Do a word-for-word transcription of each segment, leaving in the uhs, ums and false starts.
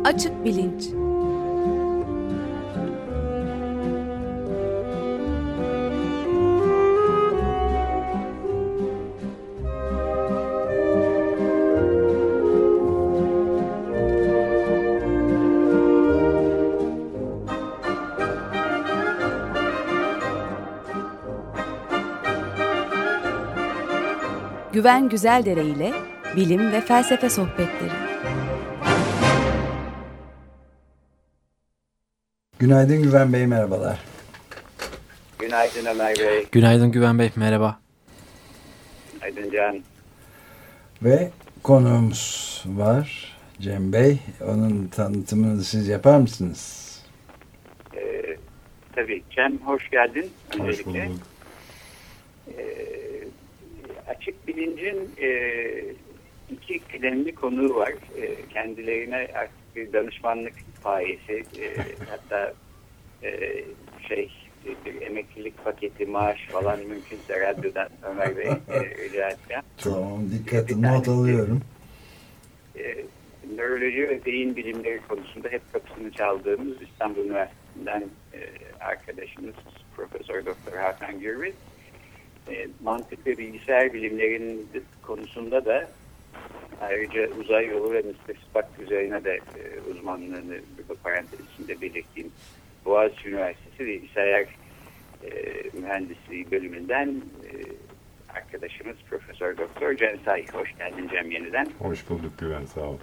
Açık bilinç. Güven Güzeldere ile bilim ve felsefe sohbetleri. Günaydın Güven Bey, merhabalar. Günaydın Ömer Bey. Günaydın Güven Bey, merhaba. Günaydın Can. Ve konuğumuz var, Cem Bey. Onun tanıtımını siz yapar mısınız? Ee, tabii Cem, hoş geldin. Hoş bulduk. Ee, açık bilincin e, iki kıdemli konuğu var. E, kendilerine artık bir danışmanlık payesi, e, hatta e, şey bir emeklilik paketi, maaş falan mümkünse radyodan Ömer Bey e, rica edeceğim. Tamam, dikkatli not alıyorum. E, nöroloji ve beyin bilimleri konusunda hep kapısını çaldığımız İstanbul Üniversitesi'nden e, arkadaşımız Profesör Doktor Hakan Gürbüz. E, mantık ve bilgisayar bilimlerinin konusunda da ayrıca uzay yolu ve Mister Spock üzerine de e, uzmanlığını bir parantez içinde belirttiğim Boğaziçi Üniversitesi Bilgisayar e, Mühendisliği bölümünden e, arkadaşımız Profesör Doktor Cem Say. Hoş geldin Cem yeniden. Hoş bulduk Güven, sağ ol.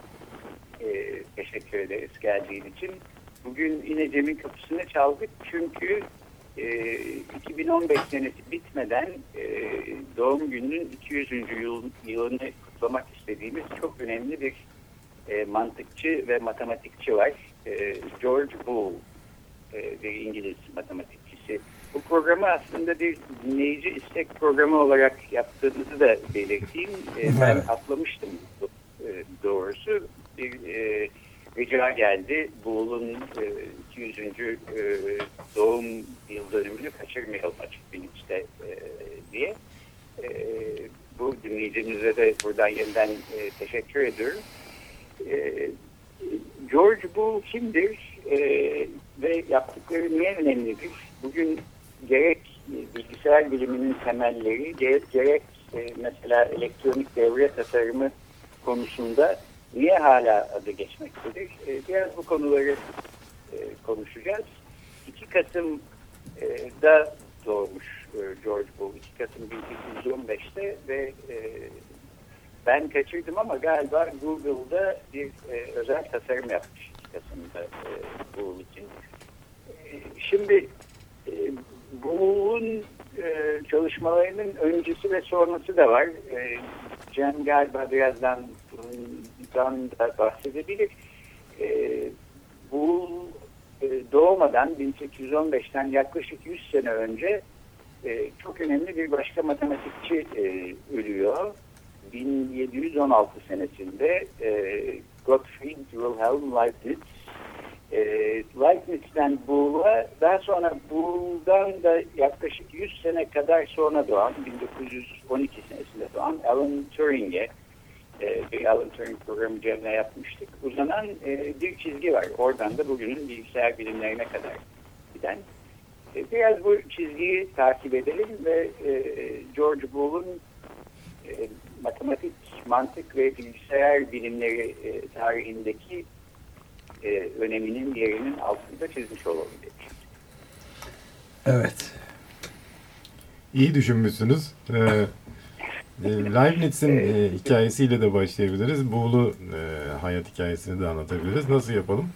E, teşekkür ederiz geldiğin için. Bugün yine Cem'in kapısını çaldık çünkü e, iki bin on beş senesi bitmeden e, doğum gününün iki yüzüncü Yıl, yılını kutlamak istediğimiz çok önemli bir e, mantıkçı ve matematikçi var. E, George Boole, e, bir İngiliz matematikçisi. Bu programı aslında bir dinleyici istek programı olarak yaptığımızı da belirteyim. E, ben atlamıştım e, doğrusu. Bir e, rica geldi. Boole'un e, iki yüzüncü E, doğum yıl dönümünü kaçırmayalım açık bilinçte e, diye. E, bu dinleyicimize de buradan yeniden e, teşekkür ediyorum. E, George Boole kimdir e, ve yaptıkları niye önemlidir? Bugün gerek bilgisayar biliminin temelleri, gerek, gerek e, mesela elektronik devre tasarımı konusunda niye hala adı geçmektedir? E, biraz bu konuları e, konuşacağız. iki Kasım'da doğmuş e, George Boole. iki Kasım bin sekiz yüz on beşte ve e, ben kaçırdım ama galiba Google'da bir e, özel tasarım yapmış iki Kasım'da e, Boole için. E, şimdi e, Boole'un e, çalışmalarının öncesi ve sonrası da var. E, Cem galiba birazdan bundan da bahsedebilir. E, Boole e, doğmadan bin sekiz yüz on beşten yaklaşık yüz sene önce e, çok önemli bir başka matematikçi e, ölüyor. bin yedi yüz on altı senesinde e, Gottfried Wilhelm Leibniz. E, Leibniz'den Boole'a, daha sonra Boole'dan da yaklaşık yüz sene kadar sonra doğan, bin dokuz yüz on iki senesinde doğan Alan Turing'e, e, bir Alan Turing programı Cem'le yapmıştık, uzanan e, bir çizgi var. Oradan da bugünün bilgisayar bilimlerine kadar giden. E, biraz bu çizgiyi takip edelim ve e, George Boole'un e, matematik, mantık ve bilgisayar bilimleri e, tarihindeki e, öneminin, yerinin altında çizmiş olalım demiş. Evet. İyi düşünmüşsünüz. Ee, e, Leibniz'in e, hikayesiyle de başlayabiliriz. Boole'u e, hayat hikayesini de anlatabiliriz. Nasıl yapalım?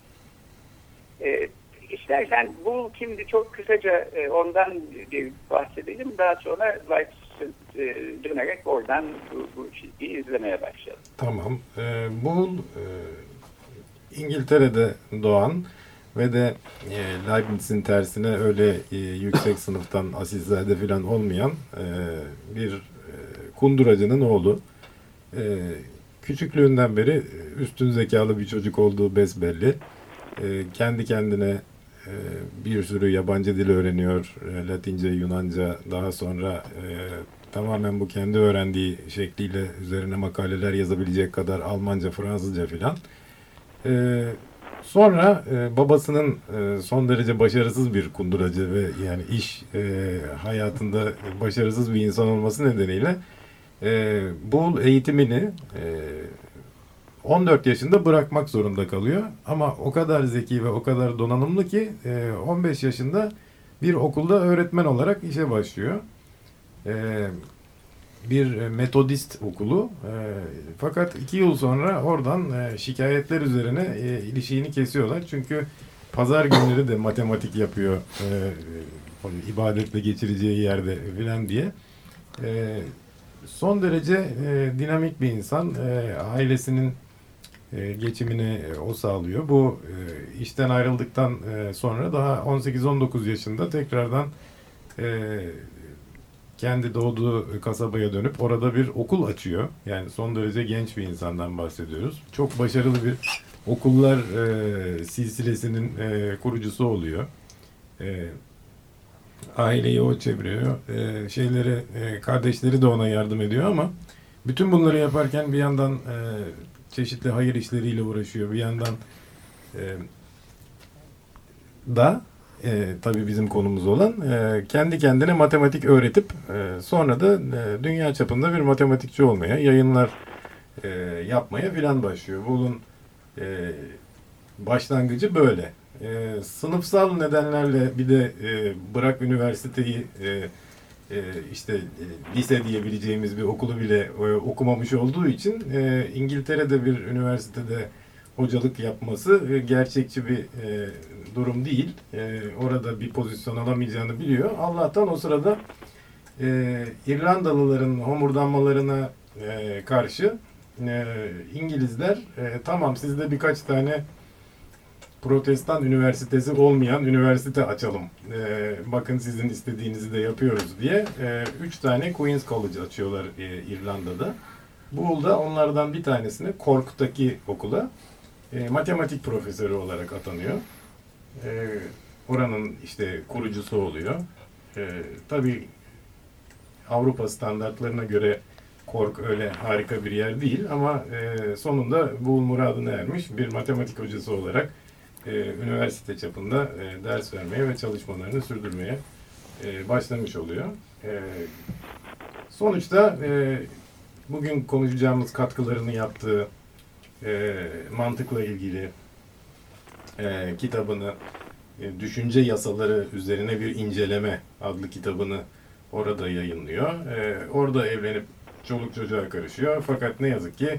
E, istersen Boole kimdi çok kısaca e, ondan bir bahsedelim. Daha sonra Leibniz'e e, dönerek oradan bu, bu çizgiyi izlemeye başlayalım. Tamam. E, Boole e, İngiltere'de doğan ve de e, Leibniz'in tersine öyle e, yüksek sınıftan asilzade falan olmayan e, bir e, kunduracının oğlu. E, küçüklüğünden beri üstün zekalı bir çocuk olduğu besbelli. E, kendi kendine e, bir sürü yabancı dil öğreniyor. E, Latince, Yunanca, daha sonra e, tamamen bu kendi öğrendiği şekliyle üzerine makaleler yazabilecek kadar Almanca, Fransızca filan. E, sonra e, babasının e, son derece başarısız bir kunduracı ve yani iş e, hayatında başarısız bir insan olması nedeniyle e, bu eğitimini e, on dört yaşında bırakmak zorunda kalıyor. Ama o kadar zeki ve o kadar donanımlı ki e, on beş yaşında bir okulda öğretmen olarak işe başlıyor. E, bir metodist okulu. E, fakat iki yıl sonra oradan e, şikayetler üzerine e, ilişiğini kesiyorlar. Çünkü pazar günleri de matematik yapıyor. E, ibadetle geçireceği yerde filan diye. E, son derece e, dinamik bir insan. E, ailesinin e, geçimini e, o sağlıyor. Bu e, işten ayrıldıktan e, sonra daha on sekiz on dokuz yaşında tekrardan e, kendi doğduğu kasabaya dönüp orada bir okul açıyor. Yani son derece genç bir insandan bahsediyoruz. Çok başarılı bir okullar e, silsilesinin e, kurucusu oluyor. E, aileyi o çeviriyor. E, şeyleri e, kardeşleri de ona yardım ediyor ama bütün bunları yaparken bir yandan e, çeşitli hayır işleriyle uğraşıyor. Bir yandan e, da e, tabii bizim konumuz olan e, kendi kendine matematik öğretip e, sonra da e, dünya çapında bir matematikçi olmaya, yayınlar e, yapmaya filan başlıyor. Bunun e, başlangıcı böyle. E, sınıfsal nedenlerle bir de e, bırak üniversiteyi e, e, işte e, lise diyebileceğimiz bir okulu bile e, okumamış olduğu için e, İngiltere'de bir üniversitede hocalık yapması e, gerçekçi bir e, durum değil. E, orada bir pozisyon alamayacağını biliyor. Allah'tan o sırada e, İrlandalıların homurdanmalarına e, karşı e, İngilizler e, tamam sizde birkaç tane Protestan üniversitesi olmayan üniversite açalım. E, bakın sizin istediğinizi de yapıyoruz diye e, üç tane Queen's College açıyorlar e, İrlanda'da. Bull da onlardan bir tanesine Cork'taki okula e, matematik profesörü olarak atanıyor. E, oranın işte kurucusu oluyor. E, tabii Avrupa standartlarına göre Cork öyle harika bir yer değil ama e, sonunda Bull muradına ermiş bir matematik hocası olarak e, üniversite çapında e, ders vermeye ve çalışmalarını sürdürmeye e, başlamış oluyor. E, sonuçta e, bugün konuşacağımız katkılarını yaptığı e, mantıkla ilgili e, kitabını e, Düşünce Yasaları Üzerine Bir İnceleme adlı kitabını orada yayınlıyor. E, orada evlenip çoluk çocuğa karışıyor. Fakat ne yazık ki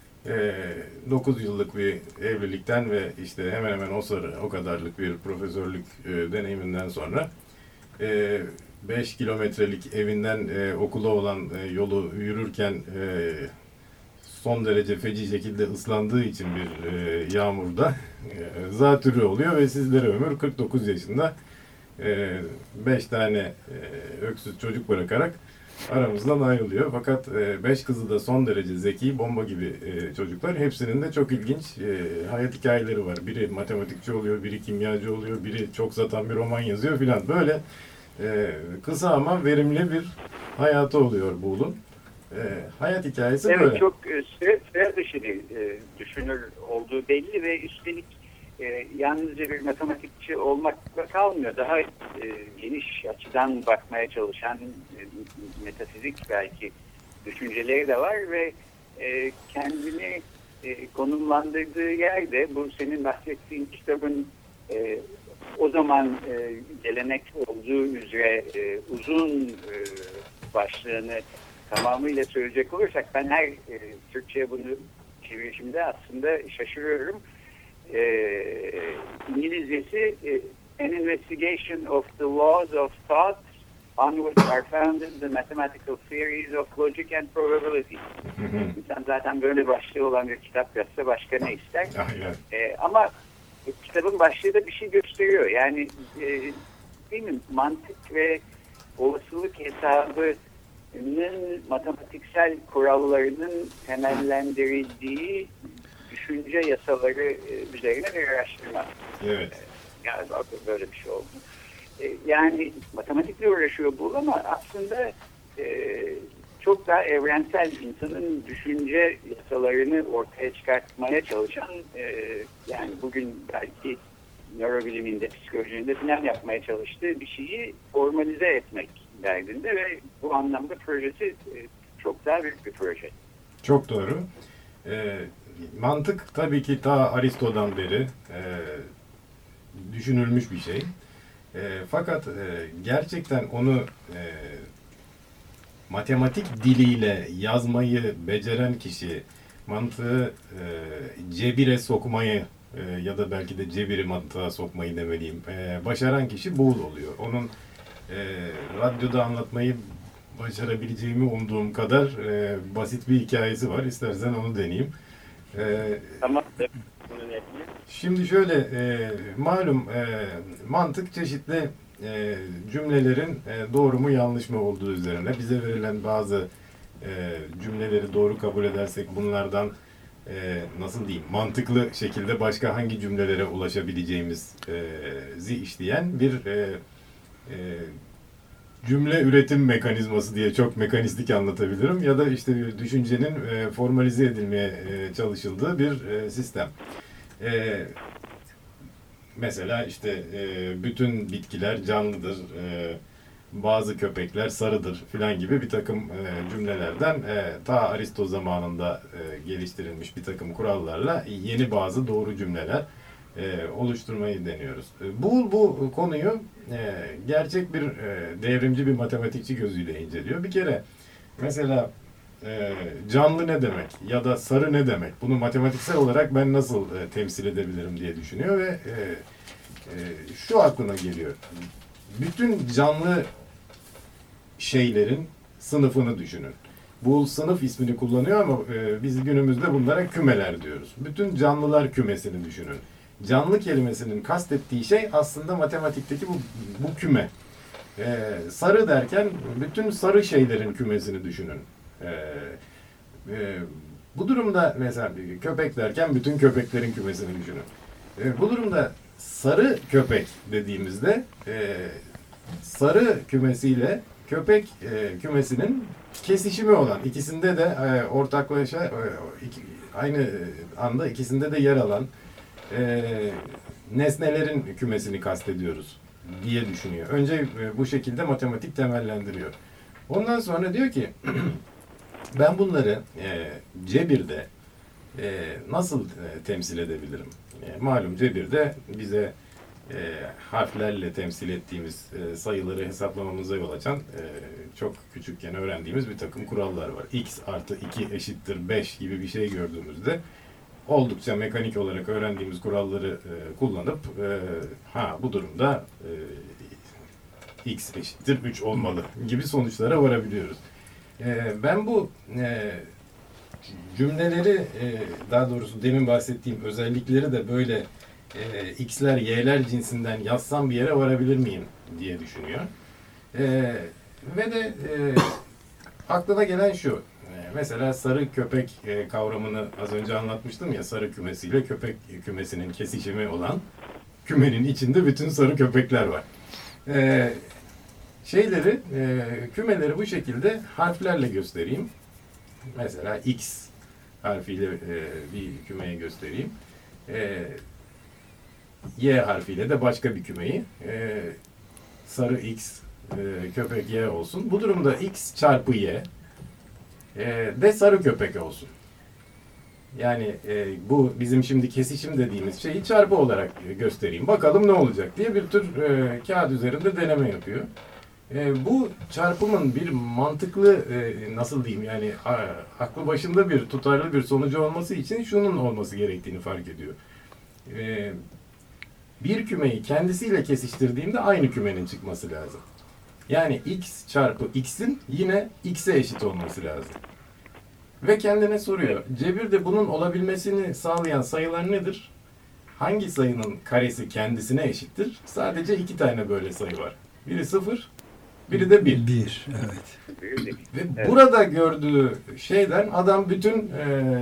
dokuz yıllık bir evlilikten ve işte hemen hemen o sarı o kadarlık bir profesörlük e, deneyiminden sonra e, beş kilometrelik evinden e, okula olan e, yolu yürürken e, son derece feci şekilde ıslandığı için bir e, yağmurda e, zatürre oluyor ve sizlere ömür kırk dokuz yaşında beş e, tane e, öksüz çocuk bırakarak aramızdan ayrılıyor. Fakat beş kızı da son derece zeki, bomba gibi e, çocuklar. Hepsinin de çok ilginç e, hayat hikayeleri var. Biri matematikçi oluyor, biri kimyacı oluyor, biri çok satan bir roman yazıyor filan. Böyle e, kısa ama verimli bir hayatı oluyor Bull'un. E, hayat hikayesi evet, böyle. Evet, çok e, sıra, sıra dışı bir e, düşünür olduğu belli ve üstelik e, yalnızca bir matematikçi olmakla kalmıyor. Daha e, geniş açıdan bakmaya çalışan e, metafizik belki düşünceleri de var ve e, kendini e, konumlandırdığı yerde bu senin bahsettiğin kitabın e, o zaman e, gelenek olduğu üzere e, uzun e, başlığını tamamıyla söyleyecek olursak ben her e, Türkçe'ye bunu çevirişimde aslında şaşırıyorum. E, İngilizcesi e, An Investigation of the Laws of Thought on which are founded the mathematical theories of logic and probability. İnsan zaten böyle başlığı olan bir kitap yazsa başka ne ister? E, ama e, kitabın başlığı da bir şey gösteriyor. Yani e, değil mi? Mantık ve olasılık hesabının matematiksel kurallarının temellendirildiği düşünce yasaları üzerine bir araştırma. Evet. Galiba böyle bir şey oldu. Yani matematikle uğraşıyor bu ama aslında çok daha evrensel, insanın düşünce yasalarını ortaya çıkartmaya çalışan, e, yani bugün belki nörobiliminde, psikolojide falan yapmaya çalıştığı bir şeyi formalize etmek derdinde ve bu anlamda projesi e, çok daha büyük bir proje. Çok doğru. E, mantık tabii ki ta Aristo'dan beri e, düşünülmüş bir şey. E, fakat e, gerçekten onu e, matematik diliyle yazmayı beceren kişi, mantığı e, cebire sokmayı e, ya da belki de cebiri mantığa sokmayı demeliyim, e, başaran kişi Boole oluyor. Onun e, radyoda anlatmayı başarabileceğimi umduğum kadar e, basit bir hikayesi var. İstersen onu deneyeyim. E, Tamam. Şimdi şöyle, e, malum e, mantık çeşitli e, cümlelerin e, doğru mu yanlış mı olduğu üzerine bize verilen bazı e, cümleleri doğru kabul edersek bunlardan e, nasıl diyeyim mantıklı şekilde başka hangi cümlelere ulaşabileceğimizi işleyen bir e, e, cümle üretim mekanizması diye çok mekanistik anlatabilirim ya da işte bir düşüncenin e, formalize edilmeye e, çalışıldığı bir e, sistem. E, mesela işte e, bütün bitkiler canlıdır, e, bazı köpekler sarıdır filan gibi bir takım e, cümlelerden e, ta Aristo zamanında e, geliştirilmiş bir takım kurallarla yeni bazı doğru cümleler e, oluşturmayı deniyoruz. E, bu bu konuyu e, gerçek bir e, devrimci bir matematikçi gözüyle inceliyor. Bir kere mesela e, canlı ne demek ya da sarı ne demek? Bunu matematiksel olarak ben nasıl e, temsil edebilirim diye düşünüyor ve e, e, şu aklına geliyor. Bütün canlı şeylerin sınıfını düşünün. Bu sınıf ismini kullanıyor ama e, biz günümüzde bunlara kümeler diyoruz. Bütün canlılar kümesini düşünün. Canlı kelimesinin kastettiği şey aslında matematikteki bu, bu küme. Ee, sarı derken bütün sarı şeylerin kümesini düşünün. Ee, e, bu durumda mesela köpek derken bütün köpeklerin kümesini düşünün. Ee, bu durumda sarı köpek dediğimizde e, sarı kümesiyle köpek e, kümesinin kesişimi olan, ikisinde de e, ortaklaşa e, iki, aynı anda ikisinde de yer alan e, nesnelerin kümesini kastediyoruz diye düşünüyor. Önce e, bu şekilde matematik temellendiriyor. Ondan sonra diyor ki ben bunları e, cebirde e, nasıl e, temsil edebilirim? E, malum cebirde bize e, harflerle temsil ettiğimiz e, sayıları hesaplamamıza yol açan e, çok küçükken öğrendiğimiz bir takım kurallar var. X artı iki eşittir beş gibi bir şey gördüğümüzde oldukça mekanik olarak öğrendiğimiz kuralları e, kullanıp e, ha bu durumda e, X eşittir üç olmalı gibi sonuçlara varabiliyoruz. E, ben bu e, cümleleri e, daha doğrusu demin bahsettiğim özellikleri de böyle e, X'ler Y'ler cinsinden yazsam bir yere varabilir miyim diye düşünüyor. E, ve de e, aklına gelen şu. Mesela sarı köpek e, kavramını az önce anlatmıştım ya, sarı kümesiyle köpek kümesinin kesişimi olan kümenin içinde bütün sarı köpekler var. E, şeyleri, e, kümeleri bu şekilde harflerle göstereyim. Mesela X harfiyle e, bir kümeyi göstereyim. E, Y harfiyle de başka bir kümeyi. E, sarı X, e, köpek Y olsun. Bu durumda X çarpı Y e, de sarı köpek olsun. Yani e, bu bizim şimdi kesişim dediğimiz şeyi çarpı olarak göstereyim. Bakalım ne olacak diye bir tür e, kağıt üzerinde deneme yapıyor. E, bu çarpımın bir mantıklı e, nasıl diyeyim yani a, aklı başında bir tutarlı bir sonucu olması için şunun olması gerektiğini fark ediyor. E, bir kümeyi kendisiyle kesiştirdiğimde aynı kümenin çıkması lazım. Yani X çarpı X'in yine X'e eşit olması lazım. Ve kendine soruyor. Cebirde bunun olabilmesini sağlayan sayılar nedir? Hangi sayının karesi kendisine eşittir? Sadece iki tane böyle sayı var. Biri sıfır, biri de bir. Bir, evet. Ve Evet. burada gördüğü şeyden adam bütün e,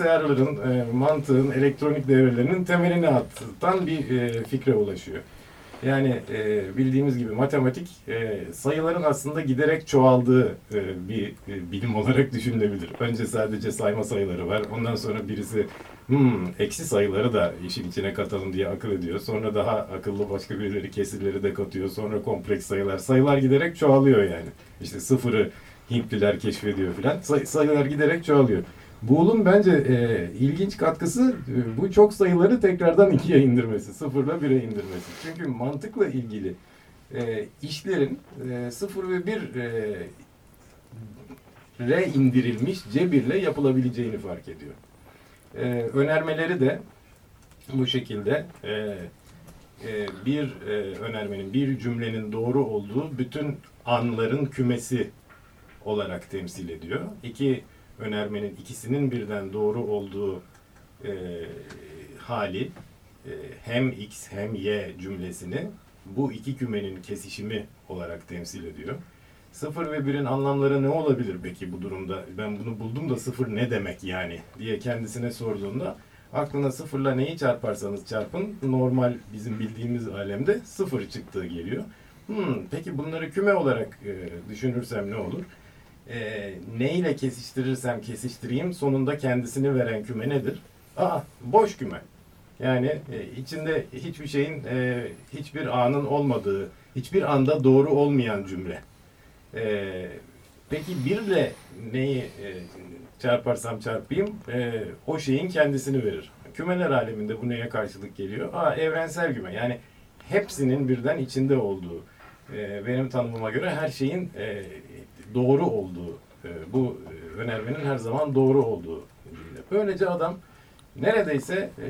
bilgisayarların, e, mantığın, elektronik devrelerinin temelini attan bir e, fikre ulaşıyor. Yani e, bildiğimiz gibi matematik e, sayıların aslında giderek çoğaldığı e, bir e, bilim olarak düşünülebilir. Önce sadece sayma sayıları var. Ondan sonra birisi hmm, eksi sayıları da işin içine katalım diye akıl ediyor. Sonra daha akıllı başka birileri kesirleri de katıyor. Sonra kompleks sayılar. Sayılar giderek çoğalıyor yani. İşte sıfırı Hintliler keşfediyor filan. Say- sayılar giderek çoğalıyor. Boole'un bence e, ilginç katkısı e, bu çok sayıları tekrardan ikiye indirmesi, sıfırla bire indirmesi. Çünkü mantıkla ilgili e, işlerin e, sıfır ve bir e, re indirilmiş cebirle yapılabileceğini fark ediyor. E, önermeleri de bu şekilde e, e, bir e, önermenin, bir cümlenin doğru olduğu bütün anların kümesi olarak temsil ediyor. İki önermenin ikisinin birden doğru olduğu e, hali e, hem x hem y cümlesini bu iki kümenin kesişimi olarak temsil ediyor. Sıfır ve birin anlamları ne olabilir peki bu durumda? Ben bunu buldum da sıfır ne demek yani diye kendisine sorduğunda aklına sıfırla neyi çarparsanız çarpın normal bizim bildiğimiz alemde sıfır çıktığı geliyor. Hmm, peki bunları küme olarak e, düşünürsem ne olur? E, neyle kesiştirirsem kesiştireyim sonunda kendisini veren küme nedir? Aa, boş küme. Yani e, içinde hiçbir şeyin, e, hiçbir anın olmadığı, hiçbir anda doğru olmayan cümle. E, peki birle neyi e, çarparsam çarpayım e, o şeyin kendisini verir. Kümeler aleminde bu neye karşılık geliyor? Aa, evrensel küme. Yani hepsinin birden içinde olduğu, e, benim tanımıma göre her şeyin e, doğru olduğu, e, bu e, önermenin her zaman doğru olduğu cümle. Böylece adam neredeyse e,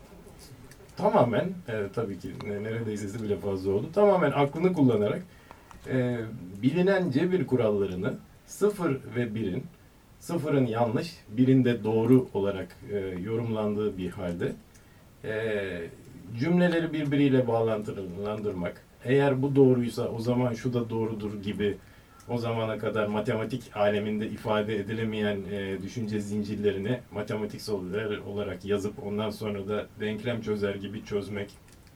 tamamen, e, tabii ki neredeysesi bile fazla oldu, tamamen aklını kullanarak e, bilinen cebir kurallarını sıfır ve birin, sıfırın yanlış, birin de doğru olarak e, yorumlandığı bir halde e, cümleleri birbiriyle bağlantılandırmak, eğer bu doğruysa o zaman şu da doğrudur gibi o zamana kadar matematik aleminde ifade edilemeyen e, düşünce zincirlerini matematiksel olarak yazıp ondan sonra da denklem çözer gibi çözmek,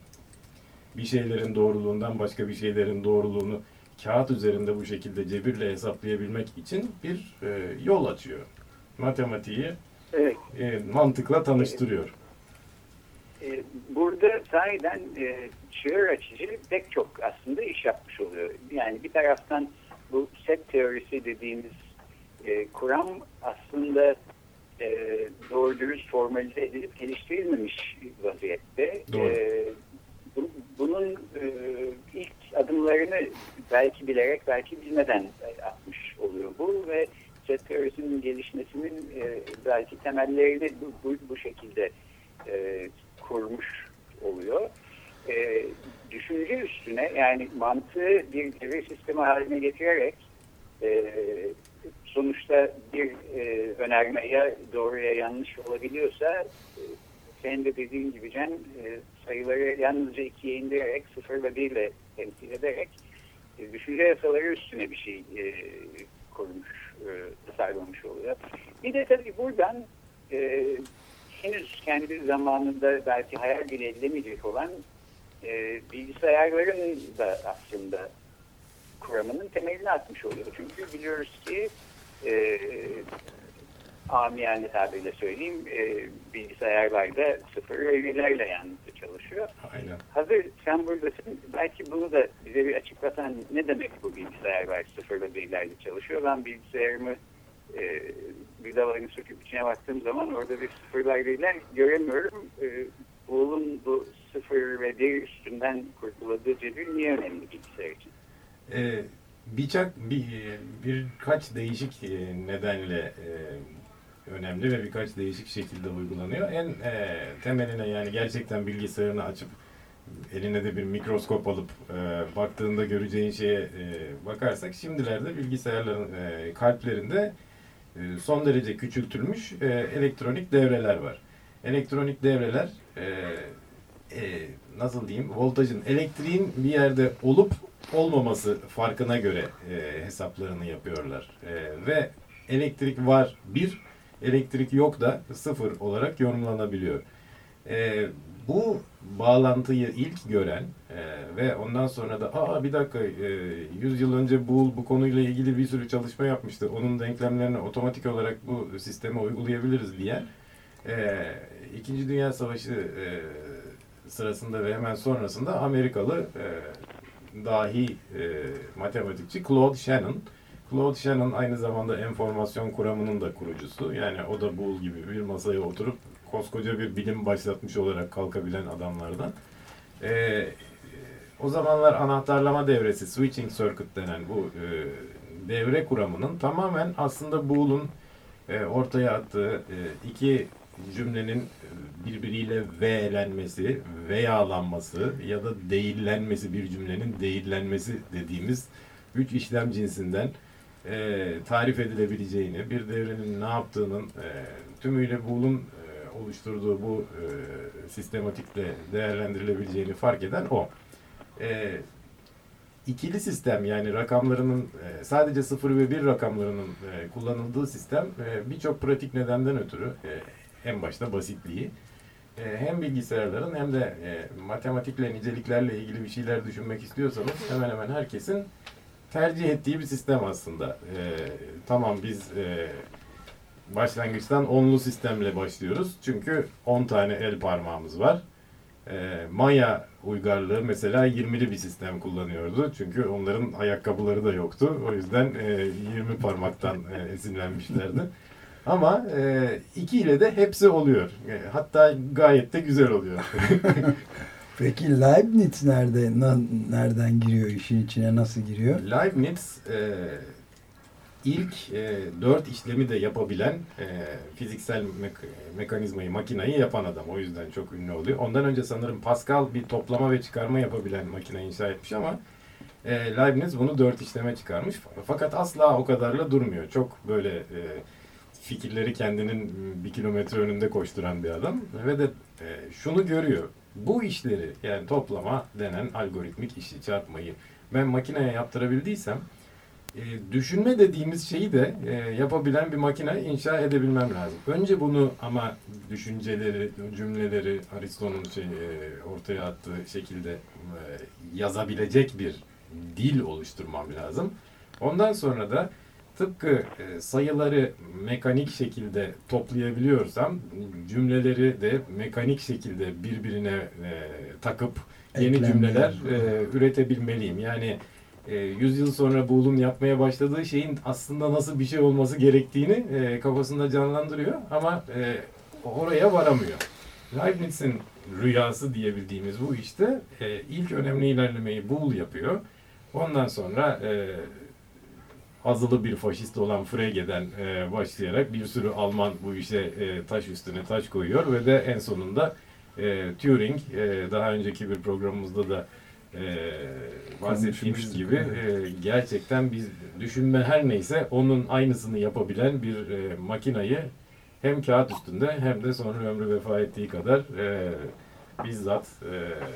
bir şeylerin doğruluğundan başka bir şeylerin doğruluğunu kağıt üzerinde bu şekilde cebirle hesaplayabilmek için bir e, yol açıyor. Matematiği Evet. e, mantıkla tanıştırıyor. Ee, Burada sahiden e, çığır açıcı pek çok aslında iş yapmış oluyor. Yani bir taraftan bu set teorisi dediğimiz e, kuram aslında e, doğru dürüst formalize edilip geliştirilmemiş vaziyette. Doğru. E, bu, bunun e, ilk adımlarını belki bilerek belki bilmeden atmış oluyor bu ve set teorisinin gelişmesinin e, belki temellerini bu, bu, bu şekilde e, kurmuş oluyor. E, düşünce üstüne yani mantığı bir devir sistemi haline getirerek e, sonuçta bir e, önerme ya doğruya yanlış olabiliyorsa e, senin de dediğin gibi Cem e, sayıları yalnızca ikiye indirerek sıfır ve bir ile temsil ederek e, düşünce yasaları üstüne bir şey e, kurmuş, e, tasarlamış oluyor. Bir de tabii buradan e, henüz kendi zamanında belki hayal bile edilemeyecek olan e, bilgisayarların da aslında kuramının temelini atmış oluyor. Çünkü biliyoruz ki e, amiyane tabirle söyleyeyim e, bilgisayarlarda sıfır ve birlerle yalnızca çalışıyor. Aynen. Hazır sen buradasın. Belki bunu da bize bir açıklatan ne demek bu bilgisayarlar sıfır ve birlerle çalışıyor. Ben bilgisayarımı e, vidalarını söküp içine baktığım zaman orada bir sıfırlar birler göremiyorum. E, Boole'un bu sıfır ve bir üstünden kurtuladığı cebir niye önemli bilgisayar için? Ee, birçok bir, birkaç değişik e, nedenle e, önemli ve birkaç değişik şekilde uygulanıyor. En e, temeline yani gerçekten bilgisayarını açıp eline de bir mikroskop alıp e, baktığında göreceğin şeye e, bakarsak şimdilerde bilgisayarların e, kalplerinde e, son derece küçültülmüş e, elektronik devreler var. Elektronik devreler e, e, nasıl diyeyim voltajın, elektriğin bir yerde olup olmaması farkına göre e, hesaplarını yapıyorlar. E, ve elektrik var bir, elektrik yok da sıfır olarak yorumlanabiliyor. E, bu bağlantıyı ilk gören Ee, ve ondan sonra da aa bir dakika e, yüz yıl önce Boole bu konuyla ilgili bir sürü çalışma yapmıştı. Onun denklemlerini otomatik olarak bu sisteme uygulayabiliriz diye e, İkinci Dünya Savaşı e, sırasında ve hemen sonrasında Amerikalı e, dahi e, matematikçi Claude Shannon. Claude Shannon aynı zamanda enformasyon kuramının da kurucusu. Yani o da Boole gibi bir masaya oturup koskoca bir bilim başlatmış olarak kalkabilen adamlardan. E, o zamanlar anahtarlama devresi, switching circuit denen bu e, devre kuramının tamamen aslında Boole'un e, ortaya attığı e, iki cümlenin birbiriyle ve'lenmesi, veya'lanması ya da değillenmesi, bir cümlenin değillenmesi dediğimiz üç işlem cinsinden e, tarif edilebileceğini, bir devrenin ne yaptığının e, tümüyle Boole'un e, oluşturduğu bu e, sistematikle değerlendirilebileceğini fark eden o. E, ikili sistem, yani rakamlarının e, sadece sıfır ve bir rakamlarının e, kullanıldığı sistem e, birçok pratik nedenden ötürü e, en başta basitliği e, hem bilgisayarların hem de e, matematikle, niceliklerle ilgili bir şeyler düşünmek istiyorsanız hemen hemen herkesin tercih ettiği bir sistem aslında. E, tamam biz e, başlangıçtan onlu sistemle başlıyoruz. Çünkü on tane el parmağımız var. E, Maya uygarlığı mesela yirmili bir sistem kullanıyordu. Çünkü onların ayakkabıları da yoktu. O yüzden e, yirmi parmaktan e, esinlenmişlerdi. Ama e, iki ile de hepsi oluyor. E, hatta gayet de güzel oluyor. Peki Leibniz nerede, na, nereden giriyor işin içine, nasıl giriyor? Leibniz e, ilk e, dört işlemi de yapabilen e, fiziksel mek- mekanizmayı, makinayı yapan adam. O yüzden çok ünlü oluyor. Ondan önce sanırım Pascal bir toplama ve çıkarma yapabilen makine inşa etmiş ama e, Leibniz bunu dört işleme çıkarmış. Fakat asla o kadarla durmuyor. Çok böyle e, fikirleri kendinin bir kilometre önünde koşturan bir adam ve de e, şunu görüyor. Bu işleri, yani toplama denen algoritmik işi, çarpmayı ben makineye yaptırabildiysem e, düşünme dediğimiz şeyi de e, yapabilen bir makine inşa edebilmem lazım. Önce bunu ama düşünceleri, cümleleri Aristo'nun şey, e, ortaya attığı şekilde e, yazabilecek bir dil oluşturmam lazım. Ondan sonra da tıpkı e, sayıları mekanik şekilde toplayabiliyorsam cümleleri de mekanik şekilde birbirine e, takıp yeni Eklemler. cümleler e, üretebilmeliyim. Yani e, yüz yıl sonra Boole'un yapmaya başladığı şeyin aslında nasıl bir şey olması gerektiğini e, kafasında canlandırıyor ama e, oraya varamıyor. Leibniz'in rüyası diyebildiğimiz bu işte e, ilk önemli ilerlemeyi Boole yapıyor. Ondan sonra e, azılı bir faşist olan Frege'den e, başlayarak bir sürü Alman bu işe e, taş üstüne taş koyuyor ve de en sonunda e, Turing, e, daha önceki bir programımızda da e, bahsettiğimiz gibi e, gerçekten biz düşünme her neyse onun aynısını yapabilen bir e, makinayı hem kağıt üstünde hem de sonra ömrü vefa ettiği kadar e, bizzat e,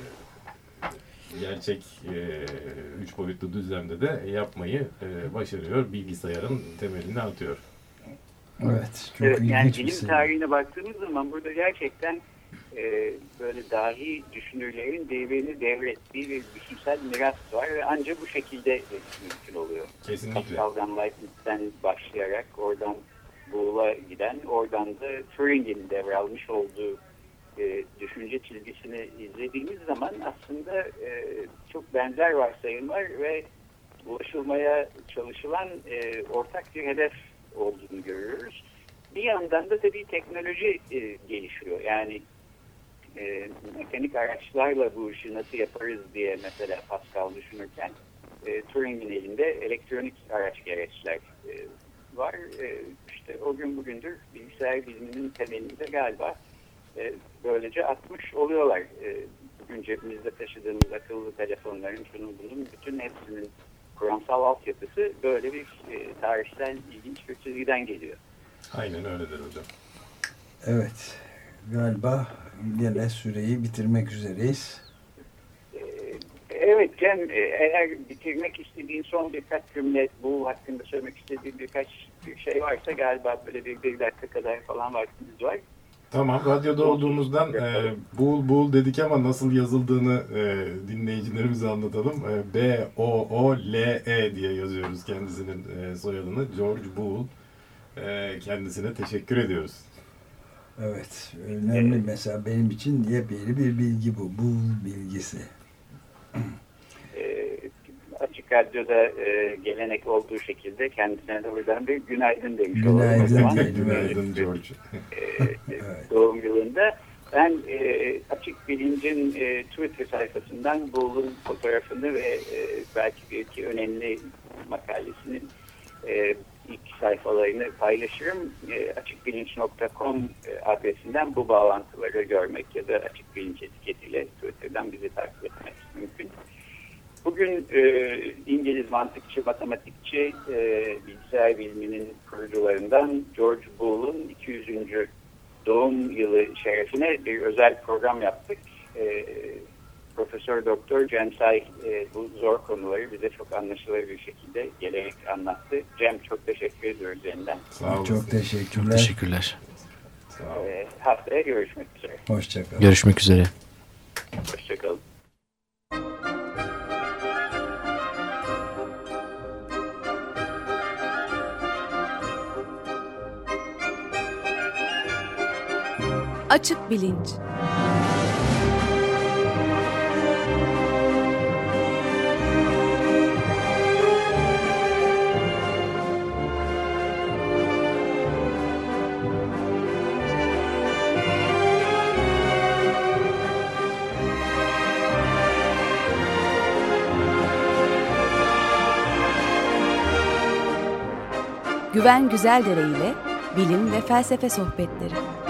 gerçek e, üç boyutlu düzlemde de yapmayı e, başarıyor. Bilgisayarın temelini atıyor. Evet. Çok Evet, yani ilginç bir bilim şey. tarihine baktığımız zaman burada gerçekten e, böyle dahi düşünürlerin birbirini devrettiği bir düşünsel miras var ve ancak bu şekilde mümkün oluyor. Kesinlikle. Pascal'dan, Leibniz'den başlayarak oradan Boole'a giden, oradan da Turing'in devralmış olduğu e, düşünce çizgisini izlediğimiz zaman aslında e, çok benzer varsayımlar ve ulaşılmaya çalışılan e, ortak bir hedef olduğunu görüyoruz. Bir yandan da tabii teknoloji e, gelişiyor. Yani e, mekanik araçlarla bu işi nasıl yaparız diye mesela Pascal düşünürken e, Turing'in elinde elektronik araç gereçler e, var. E, işte o gün bugündür bilgisayar biliminin temelinde galiba e, böylece atmış oluyorlar. E, bugün cebimizde taşıdığımız akıllı telefonların, şunun bunun bütün hepsinin kuramsal altyapısı böyle bir e, tarihsel ilginç bir çizgiden geliyor. Aynen öyledir hocam. Evet. Galiba yine süreyi bitirmek üzereyiz. E, evet Cem, e, eğer bitirmek istediğin son birkaç cümle, bu hakkında söylemek istediğin birkaç bir şey varsa galiba böyle bir, bir dakika kadar falan vaktimiz var. Tamam, radyoda olduğumuzdan e, bul bul dedik ama nasıl yazıldığını e, dinleyicilerimize anlatalım. E, B O O L E diye yazıyoruz kendisinin e, soyadını. George Boole. E, kendisine teşekkür ediyoruz. Evet, önemli. Evet. Mesela benim için yepyeni bir bilgi bu. Boole bilgisi. E, Açık Radyo'da e, gelenek olduğu şekilde kendisine de buradan bir günaydın demiş günaydın olalım. Günaydın, günaydın George. E, evet. Doğum yılında. Ben e, Açık Bilinc'in e, Twitter sayfasından Boole'un fotoğrafını ve e, belki bir iki önemli makalesinin e, ilk sayfalarını paylaşırım. E, açıkbilinç nokta com e, adresinden bu bağlantıları görmek ya da Açık Bilinç etiketiyle Twitter'dan bizi takip etmek mümkün. Bugün e, İngiliz mantıkçı, matematikçi, e, bilgisayar biliminin kurucularından George Boole'un iki yüzüncü doğum yılı şerefine bir özel program yaptık. E, Profesör Doktor Cem Say e, bu zor konuları bize çok anlaşılır bir şekilde gelerek anlattı. Cem, çok teşekkür ediyoruz yeniden. Sağ olun. Çok teşekkürler. Çok teşekkürler. E, haftaya görüşmek üzere. Hoşçakalın. Görüşmek üzere. Hoşçakalın. Açık Bilinç. Güven Güzeldere ile bilim ve felsefe sohbetleri.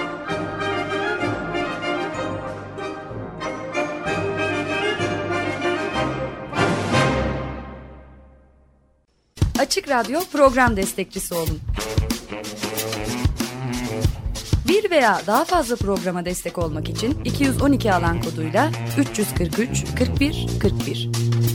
Açık Radyo program destekçisi olun. Bir veya daha fazla programa destek olmak için iki yüz on iki alan koduyla üç yüz kırk üç kırk bir kırk bir